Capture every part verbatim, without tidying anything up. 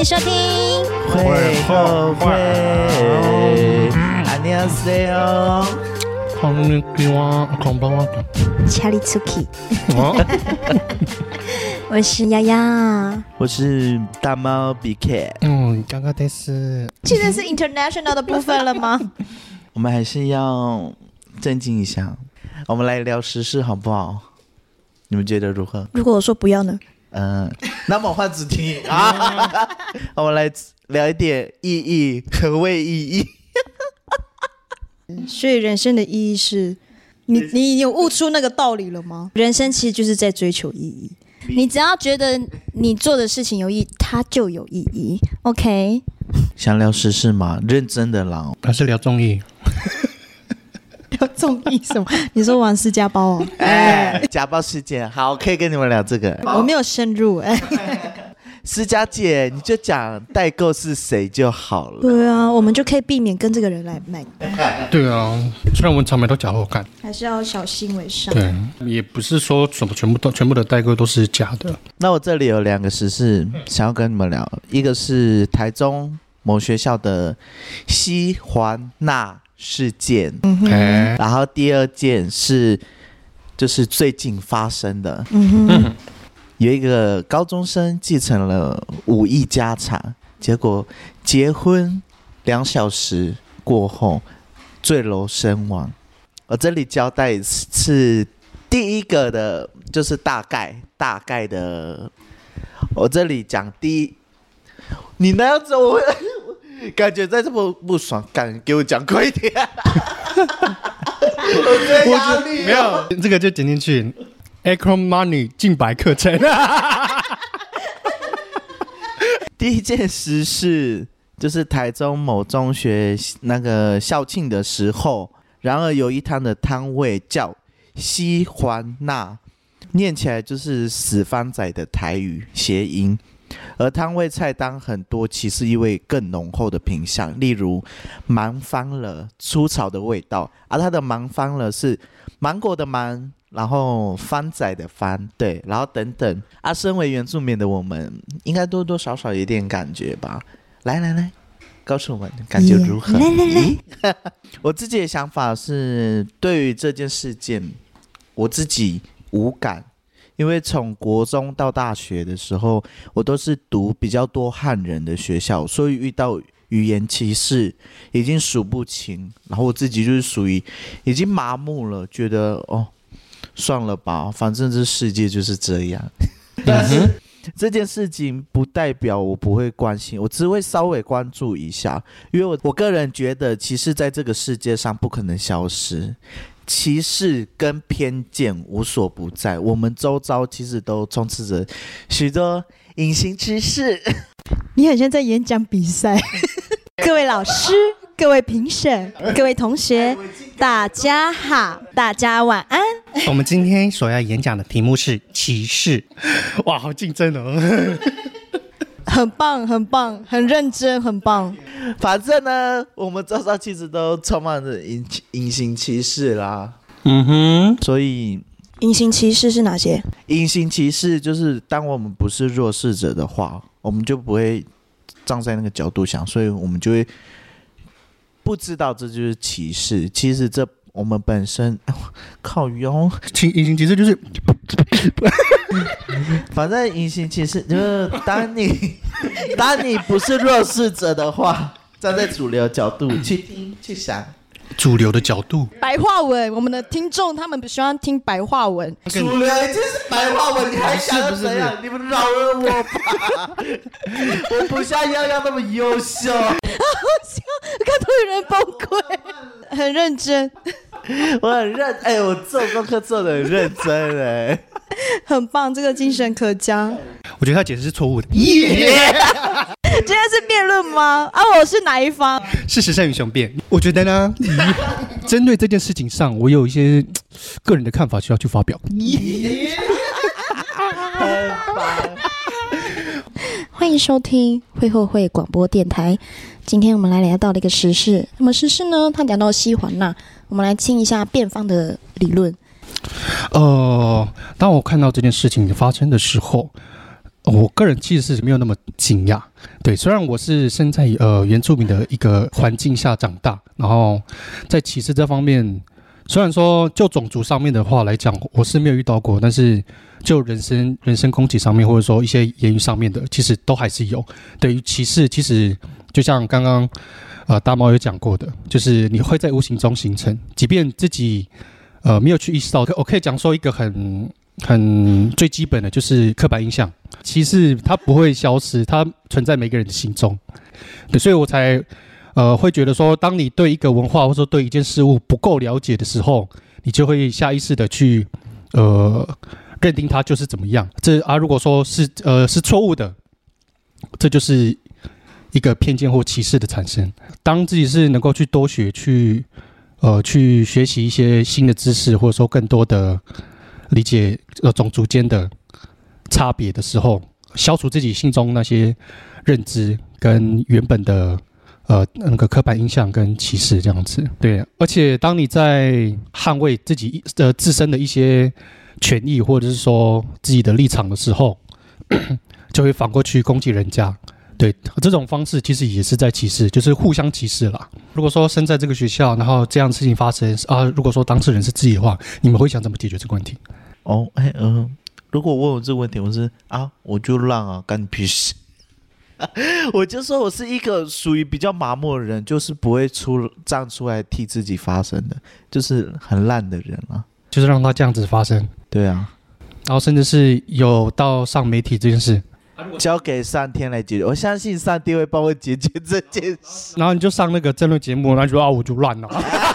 迎收听会后会안녕하세요 查理出奇我是丫丫， 我是大猫 B K。 嗯，刚刚的是现在是 international 的部分了吗？ 我们还是要正经一下，我们来聊时事好不好？你们觉得如何？ 如果我说不要呢？ 嗯、呃，那么换主题啊，我们来聊一点意义，何谓意义？ 所以人生的意义是，你你有悟出那个道理了吗？人生其实就是在追求意义，你只要觉得你做的事情有意义，它就有意义。OK？ 想聊时事吗？认真的啦， 还是聊综艺？ 聊综艺什么？你说王思家包哦？ 哎，家暴事件，好，可以跟你们聊这个。 我没有深入哎。 思佳姐，你就讲代购是谁就好了。 对啊，我们就可以避免跟这个人来买。 对啊，虽然我们常买都假货看， 还是要小心为上。 对，也不是说什么全部都全部的代购都是假的。 那我这里有两个时事想要跟你们聊，一个是台中某学校的西环钠事件， 嗯哎， 然后第二件是就是最近发生的， 嗯哼， 有一个高中生继承了五亿家产，结果结婚两小时过后坠楼身亡。我这里交代是第一个的，就是大概大概的。我这里讲第一，你那样子我会感觉在这么不爽，敢给我讲快一点。我这压力没有这个就点进去。Acron Money 净白课程。 第一件事是，就是台中某中学那个校庆的时候，然而有一摊的摊位叫西环钠，念起来就是死番仔的台语谐音。而摊位菜单很多其实意味更浓厚的品项，例如芒番了粗糙的味道，而、啊、它的芒番了是芒果的芒，然后番仔的番，对，然后等等啊。身为原住民的我们，应该多多少少有点感觉吧。来来来，告诉我们感觉如何？ Yeah, 来来来我自己的想法是，对于这件事件，我自己无感。因为从国中到大学的时候，我都是读比较多汉人的学校，所以遇到语言歧视已经数不清。然后我自己就是属于已经麻木了，觉得哦，算了吧，反正这世界就是这样。但是这件事情不代表我不会关心，我只会稍微关注一下，因为我我个人觉得歧视在这个世界上不可能消失。歧视跟偏见无所不在，我们周遭其实都充斥着许多隐形歧视。 你很像在演讲比赛。各位老师，各位评审，各位同学，大家好，大家晚安。 我们今天所要演讲的题目是歧视。哇，好竞争哦！ 很棒，很棒，很认真，很棒。 反正呢，我们周遭其实都充满着隐隐形歧视啦。 嗯哼， 所以隐形歧视是哪些？ 隐形歧视就是当我们不是弱势者的话，我们就不会站在那个角度想，所以我们就会不知道这就是歧视。其实这我们本身靠腰， 隐形歧视就是反正隐形歧视就是当你当你不是弱势者的话，站在主流角度去听去想。 主流的角度， 白话文，我们的听众他们喜欢听白话文。 主流已经是白话文，你还想要怎样？你们饶了我吧！我不像样样那么优秀。 好笑，看到有人崩溃，很认真。 我很认，哎、欸，我做功课做得很认真哎、欸， 很棒，这个精神可嘉。 我觉得他解释是错误的。耶、 yeah! 今天是辩论吗？啊，我是哪一方？ 事实胜于雄辩。我觉得呢，针对这件事情上，我有一些个人的看法需要去发表。 Yeah! 很棒。 欢迎收听会后会广播电台。今天我们来聊到了一个时事，什么时事呢？他讲到西环钠，我们来听一下辩方的理论。 呃，当我看到这件事情发生的时候， 哦、我个人其实是没有那么惊讶。对，虽然我是生在呃原住民的一个环境下长大，然后在歧视这方面，虽然说就种族上面的话来讲，我是没有遇到过，但是就人身人身攻击上面，或者说一些言语上面的，其实都还是有。对于歧视，其实就像刚刚呃大猫有讲过的，就是你会在无形中形成，即便自己呃没有去意识到。我可以讲说一个很很最基本的就是刻板印象，歧视它不会消失，它存在每个人的心中。对，所以我才呃会觉得说，当你对一个文化或者说对一件事物不够了解的时候，你就会下意识的去呃认定它就是怎么样。这啊，如果说是呃是错误的，这就是一个偏见或歧视的产生。当自己是能够去多学，去呃去学习一些新的知识，或者说更多的理解呃种族间的差别的时候，消除自己心中那些认知跟原本的呃那个刻板印象跟歧视这样子。对，而且当你在捍卫自己的自身的一些权益或者是说自己的立场的时候，就会反过去攻击人家。对，这种方式其实也是在歧视，就是互相歧视啦。如果说生在这个学校，然后这样的事情发生啊，如果说当事人是自己的话，你们会想怎么解决这个问题？ 哦，哎，嗯、呃，如果问我这个问题，我是啊，我就让啊，干你屁事。我就说我是一个属于比较麻木的人，就是不会出站出来替自己发声的，就是很烂的人啊。 就是让他这样子发生。 对啊， 然后甚至是有到上媒体这件事， 交给上天来解决，我相信上帝会帮我解决这件事。 然后你就上那个争论节目，然后就说啊，我就烂了。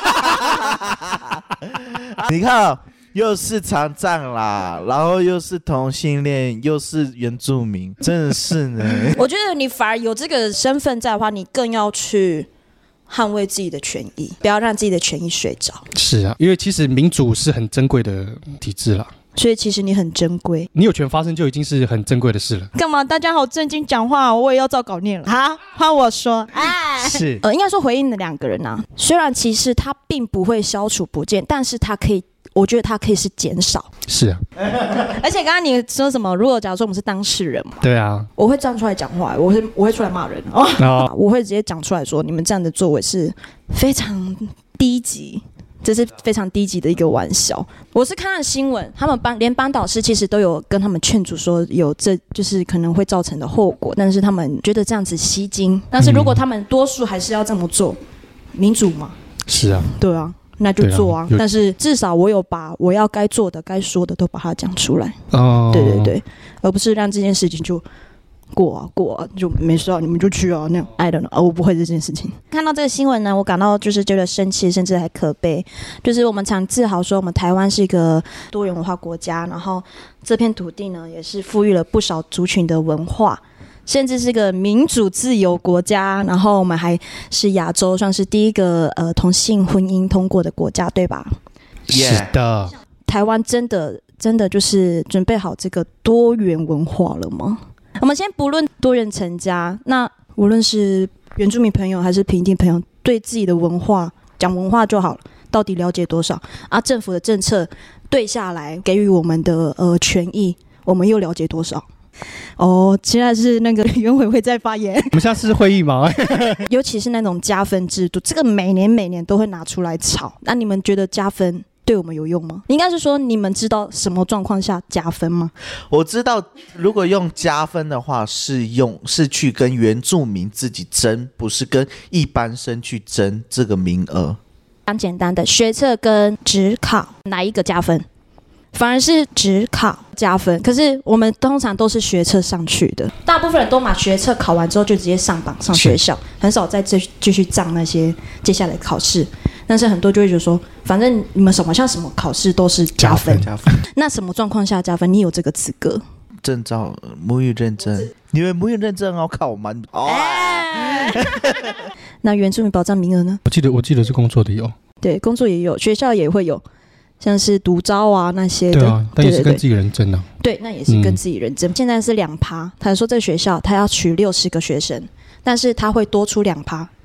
你看、哦，又是残障啦，然后又是同性恋，又是原住民，真的是呢。 我觉得你反而有这个身份在的话，你更要去捍卫自己的权益，不要让自己的权益睡着。 是啊，因为其实民主是很珍贵的体制啦。 所以其实你很珍贵， 你有权发声就已经是很珍贵的事了。 干嘛？大家好正经讲话，我也要照稿念了。好，换我说。哎， 是呃，应该说回应的两个人啊，虽然歧视它并不会消除不见，但是它可以，我觉得它可以是减少。 是啊， 而且刚刚你说什么？如果假如说我们是当事人嘛， 对啊， 我会站出来讲话，我会我会出来骂人哦，哦我会直接讲出来说，你们这样的作为是非常低级。这是非常低级的一个玩笑。我是看了新闻，他们班连班导师其实都有跟他们劝阻说有这就是可能会造成的后果，但是他们觉得这样子吸睛。但是如果他们多数还是要这么做，民主嘛， 是啊， 对啊，那就做啊。 啊但是至少我有把我要该做的、该说的都把它讲出来。 哦， 对对对，而不是让这件事情就。过啊过啊，就没事啊，你们就去啊，那样 I don't know，、哦、我不会这件事情。看到这个新闻呢，我感到就是觉得生气，甚至还可悲。就是我们常自豪说，我们台湾是一个多元文化国家，然后这片土地呢，也是富裕了不少族群的文化，甚至是个民主自由国家。然后我们还是亚洲算是第一个呃同性婚姻通过的国家，对吧？ 是的。 台湾真的真的就是准备好这个多元文化了吗？我们先不论多元成家，那无论是原住民朋友还是平地朋友，对自己的文化讲文化就好了，到底了解多少啊？政府的政策对下来给予我们的呃权益，我们又了解多少？哦，现在是那个原委会在发言。 我们下次会议吗？ 尤其是那种加分制度，这个每年每年都会拿出来吵。那你们觉得加分对我们有用吗？应该是说你们知道什么状况下加分吗？ 我知道，如果用加分的话，是用是去跟原住民自己争，不是跟一般生去争这个名额。 很简单的，学测跟指考哪一个加分？反而是指考加分。可是我们通常都是学测上去的，大部分人都把学测考完之后就直接上榜上学校，很少再继继续上那些接下来的考试。但是很多就会觉得说，反正你们什么像什么考试都是加分， 加分。 那什么状况下加分？你有这个资格？ 证照母语认证，你们母语认证要考吗？哦、 哎、那原住民保障名额呢？ 我记得我记得是工作的有， 对，工作也有，学校也会有，像是独招啊那些的。 对啊，但也是跟自己人争啊。 对，那也是跟自己人争。嗯、现在是两趴，他说这个学校他要取六十个学生，但是他会多出两趴。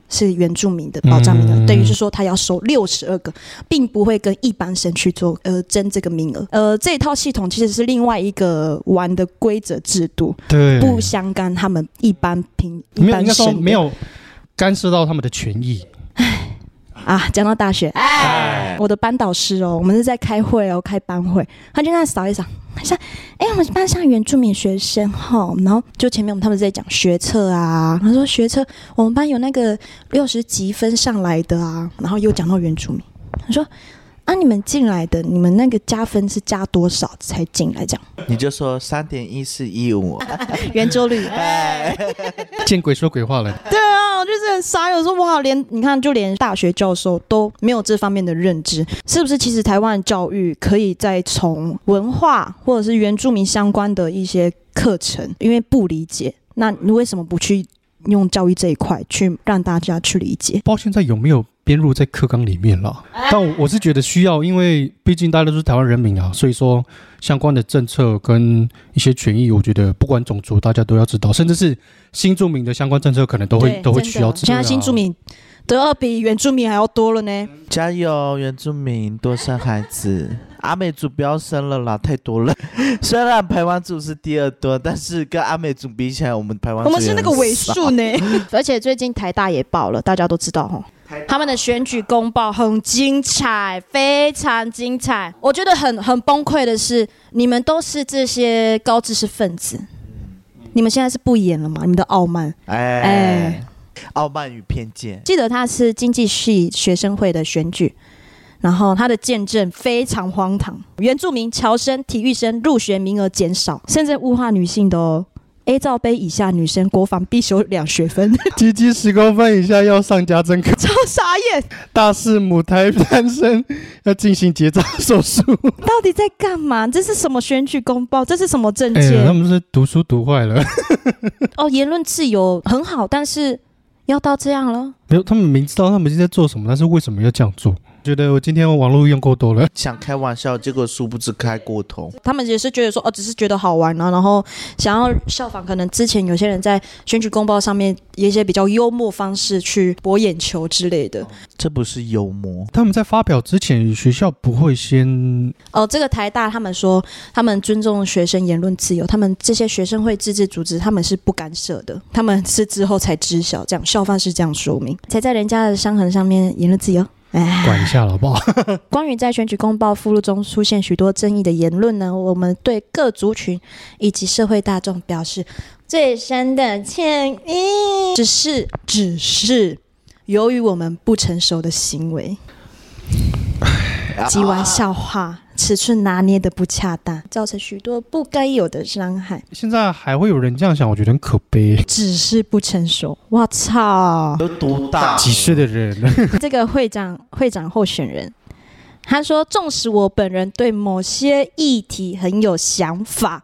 是原住民的保障名额， 嗯、 等于是说他要收六十二个，并不会跟一般生去做呃争这个名额。呃，这一套系统其实是另外一个玩的规则制度， 对， 不相干他们一般平一般没有应该说没有干涉到他们的权益。 啊，讲到大学，哎，我的班导师哦，我们是在开会哦，开班会，他就在那扫一扫，他说：“哎，我们班上原住民学生哈，然后就前面我们他们在讲学测啊，他说学测我们班有那个六十几分上来的啊，然后又讲到原住民，他说。”啊！你们进来的，你们那个加分是加多少才进来？这样你就说三点一四一五， 圆周率， 见鬼说鬼话了。 对啊，我就是很傻，有时候哇，连你看，就连大学教授都没有这方面的认知，是不是？其实台湾教育可以再从文化或者是原住民相关的一些课程，因为不理解，那你为什么不去用教育这一块去让大家去理解？ 不知道现在有没有编入在课纲里面了，但 我, 我是觉得需要，因为毕竟大家都是台湾人民啊，所以说相关的政策跟一些权益，我觉得不管种族，大家都要知道，甚至是新住民的相关政策，可能都会都会需要知道。 现在新住民得要比原住民还要多了呢。 加油，原住民多生孩子。阿美族不要生了啦，太多了。虽然排湾族是第二多，但是跟阿美族比起来，我们排湾族我们是那个尾数呢。而且最近台大也报了，大家都知道哈。他们的选举公报很精彩，非常精彩。我觉得很很崩溃的是，你们都是这些高知识分子，你们现在是不演了吗？你们的傲慢， 哎哎，傲慢与偏见。 记得他是经济系学生会的选举。然后他的见证非常荒唐，原住民、侨生、体育生入学名额减少，甚至物化女性的哦。A 罩杯以下女生国防必修两学分， 鸡鸡十公分以下要上家政课， 超傻眼。 大四母胎单身要进行结扎手术， 到底在干嘛？这是什么选举公报？这是什么政见？ 哎、他们是读书读坏了。 哦，言论自由很好，但是要到这样了？ 没有，他们明知道他们已经在做什么，但是为什么要这样做？觉得我今天网络用够多了， 想开玩笑，结果殊不知开过头。 他们也是觉得说，哦，只是觉得好玩啊，然后想要效仿，可能之前有些人在选举公报上面有一些比较幽默方式去博眼球之类的。 这不是幽默。 他们在发表之前，学校不会先…… 哦，这个台大他们说，他们尊重学生言论自由，他们这些学生会自治组织，他们是不干涉的，他们是之后才知晓，这样校方是这样说明，才在人家的伤痕上面言论自由。 管一下了好不好？ 关于在选举公报附录中出现许多争议的言论呢，我们对各族群以及社会大众表示最深的歉意。只是，只是由于我们不成熟的行为及玩笑话尺寸拿捏的不恰当，造成许多不该有的伤害。 现在还会有人这样想，我觉得很可悲。 只是不成熟，我操！ 都多大？ 几岁的人？ 这个会长会长候选人，他说：“纵使我本人对某些议题很有想法。”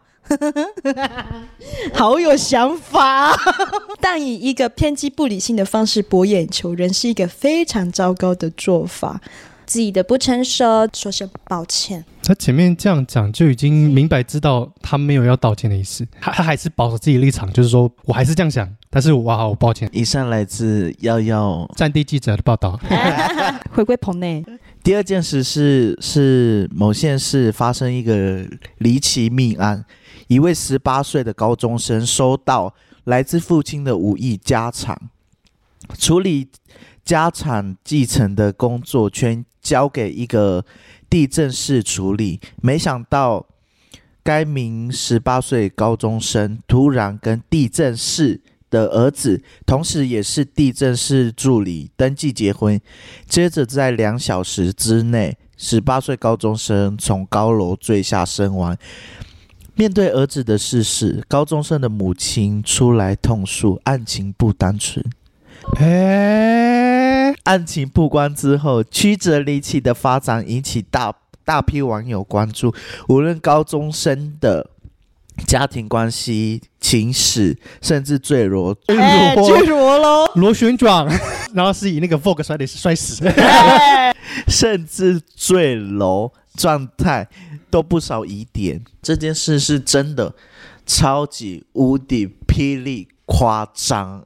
好有想法但以一个偏激不理性的方式博眼球，仍是一个非常糟糕的做法。自己的不成熟，说声抱歉。 他前面这样讲就已经明白知道他没有要道歉的意思，他他还是保守自己的立场，就是说我还是这样想，但是我好我抱歉。 以上来自耀耀战地记者的报道。 回归棚内。 第二件事是是某县市发生一个离奇命案，一位十八岁的高中生收到来自父亲的五亿家产，处理家产继承的工作全交给一个地政士处理，没想到该名十八岁高中生突然跟地政士的儿子，同时也是地政士助理登记结婚，接着在两小时之内，十八岁高中生从高楼坠下身亡。面对儿子的逝世，高中生的母亲出来痛诉，案情不单纯。 欸、 案情曝光之后，曲折离奇的发展引起大大批网友关注。无论高中生的家庭关系、情史，甚至坠楼， 哎，坠楼喽， 螺旋桨，然后是以那个 Vogue 摔的是摔死， 甚至坠楼状态都不少疑点。这件事是真的超级无敌霹雳夸张。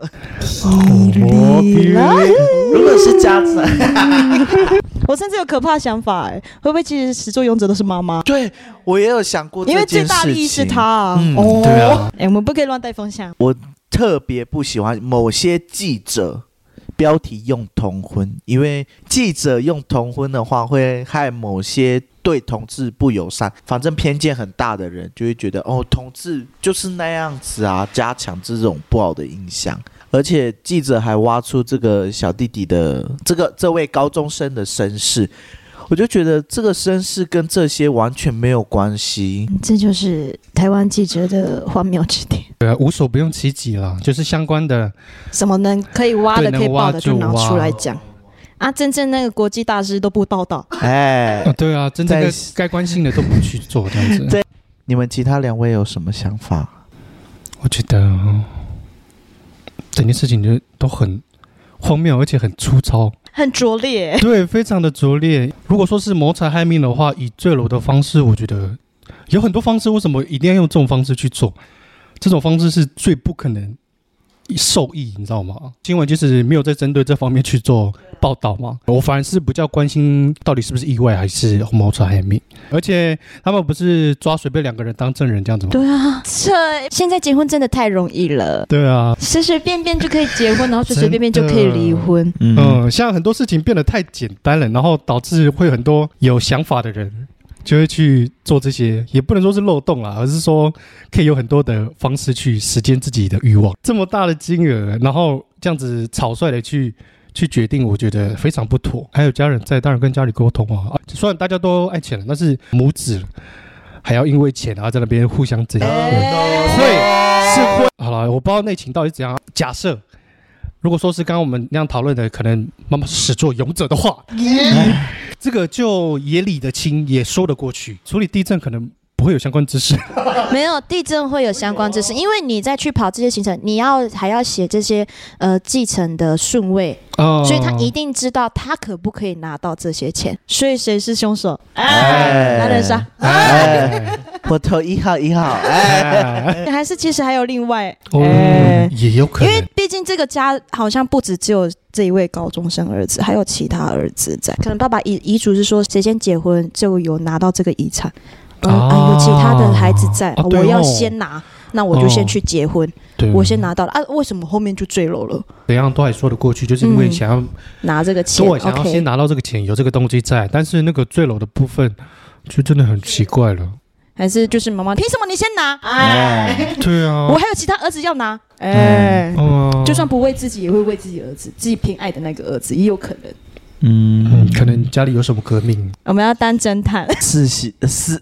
哦， 如果是家长， 我甚至有可怕的想法，哎，会不会其实始作俑者都是妈妈？ 对我也有想过这因为件事情， 最大利益是他啊。 嗯哦， 对啊， 哎，我们不可以乱带风向。 我特别不喜欢某些记者标题用同婚，因为记者用同婚的话，会害某些对同志不友善，反正偏见很大的人就会觉得哦，同志就是那样子啊，加强这种不好的印象。而且记者还挖出这个小弟弟的这个这位高中生的身世，我就觉得这个身世跟这些完全没有关系。 这就是台湾记者的荒谬之点。 对啊，无所不用其极啦，就是相关的什么能可以挖的、可以报的就拿出来就讲。啊，真正那个国际大师都不报道。 哎、 啊，对啊，真正的该关心的都不去做这样子。 对，你们其他两位有什么想法？ 我觉得整件事情就都很荒谬，而且很粗糙， 很拙劣。 对，非常的拙劣。如果说是谋财害命的话，以坠楼的方式，我觉得有很多方式，为什么一定要用这种方式去做？这种方式是最不可能受益，你知道吗？新闻就是没有在针对这方面去做报道嘛。我反而是比较关心到底是不是意外还是谋财害命。而且他们不是抓随便两个人当证人这样子吗？ 对啊，这现在结婚真的太容易了。 对啊， 随随便便就可以结婚，然后随随便便就可以离婚。 嗯， 嗯，像很多事情变得太简单了，然后导致会很多有想法的人就会去做这些，也不能说是漏洞啦，而是说可以有很多的方式去实践自己的欲望。这么大的金额，然后这样子草率的去去决定，我觉得非常不妥。还有家人在，当然跟家里沟通啊。虽然大家都爱钱了，但是母子还要因为钱然后在那边互相争， 哎会是会。好了，我不知道内情到底是怎样。假设如果说是刚刚我们那样讨论的，可能妈妈是始作俑者的话，这个就也理得清，也说得过去。处理地震可能不会有相关知识， 没有地震会有相关知识，因为你再去跑这些行程，你要还要写这些呃继承的顺位， 哦所以他一定知道他可不可以拿到这些钱。所以谁是凶手？ 哎男人杀。 哎，我投一号一号，哎， 还是其实还有另外， 哦哎也有可因为能。 毕竟这个家好像不止只有这一位高中生儿子，还有其他儿子在。可能爸爸遗遗嘱是说谁先结婚就有拿到这个遗产，嗯、 啊啊，有其他的孩子在， 啊对哦我要先拿，那我就先去结婚， 对， 我先拿到了啊，为什么后面就坠楼了？ 怎样都还说得过去，就是因为想要、 拿这个钱， 对，想要先 OK， 拿到这个钱，有这个东西在，但是那个坠楼的部分就真的很奇怪了。 还是就是妈妈凭什么你先拿？ 哎， 对啊， 我还有其他儿子要拿，哎、 哦就算不为自己，也会为自己儿子，自己偏爱的那个儿子也有可能。 嗯， 嗯，可能家里有什么革命， 我们要当侦探， 四喜四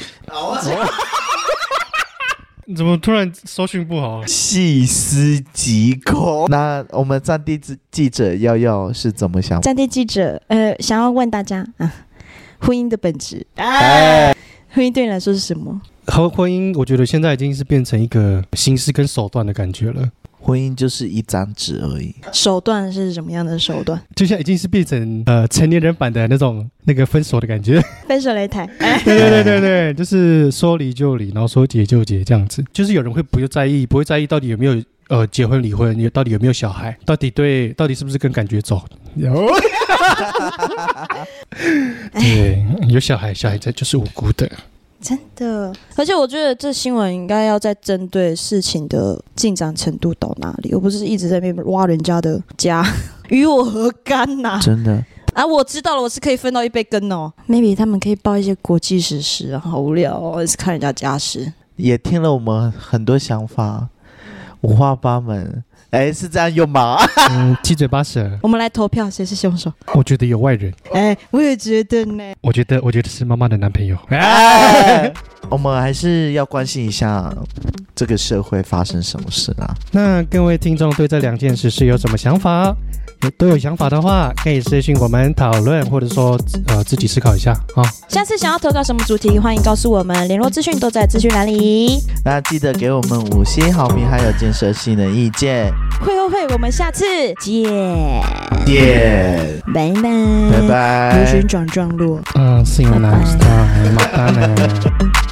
你怎么突然搜讯不好？ 细思极恐。那我们战地记者耀耀是怎么想？ 战地记者，呃，想要问大家啊，婚姻的本质， 哎， 婚姻对你来说是什么？ 婚婚姻，我觉得现在已经是变成一个形式跟手段的感觉了， 婚姻就是一张纸而已。 手段是什么样的手段？ 就像已经是变成呃成年人版的那种那个分手的感觉。 分手擂台，哎， 对对对对对，就是说离就离，然后说结就结这样子。就是有人会不在意，不会在意到底有没有呃结婚离婚，有到底有没有小孩，到底对，到底是不是跟感觉走。有，对，有小孩，小孩在就是无辜的。 真的。而且我觉得这新闻应该要在针对事情的进展程度到哪里，而不是一直在那边挖人家的家，与我何干呐、啊？ 真的啊，我知道了，我是可以分到一杯羹哦。maybe 他们可以报一些国际时事啊，好无聊哦，一直看人家家事。 也听了我们很多想法，五花八门。哎，是这样用吗？ 嗯，七嘴八舌。 我们来投票，谁是凶手？ 我觉得有外人， 哎，我也觉得呢。 我觉得，我觉得是妈妈的男朋友。 哎，我们还是要关心一下这个社会发生什么事啊。 那各位听众对这两件事是有什么想法？有都有想法的话，可以私讯我们讨论，或者说呃自己思考一下啊。 下次想要投稿什么主题，欢迎告诉我们，联络资讯都在资讯栏里。 那记得给我们五星好评，还有建设性的意见。 会后会，我们下次见， 见， 拜拜， 拜拜。 螺旋转转落。 嗯，see you next time，马丹呢？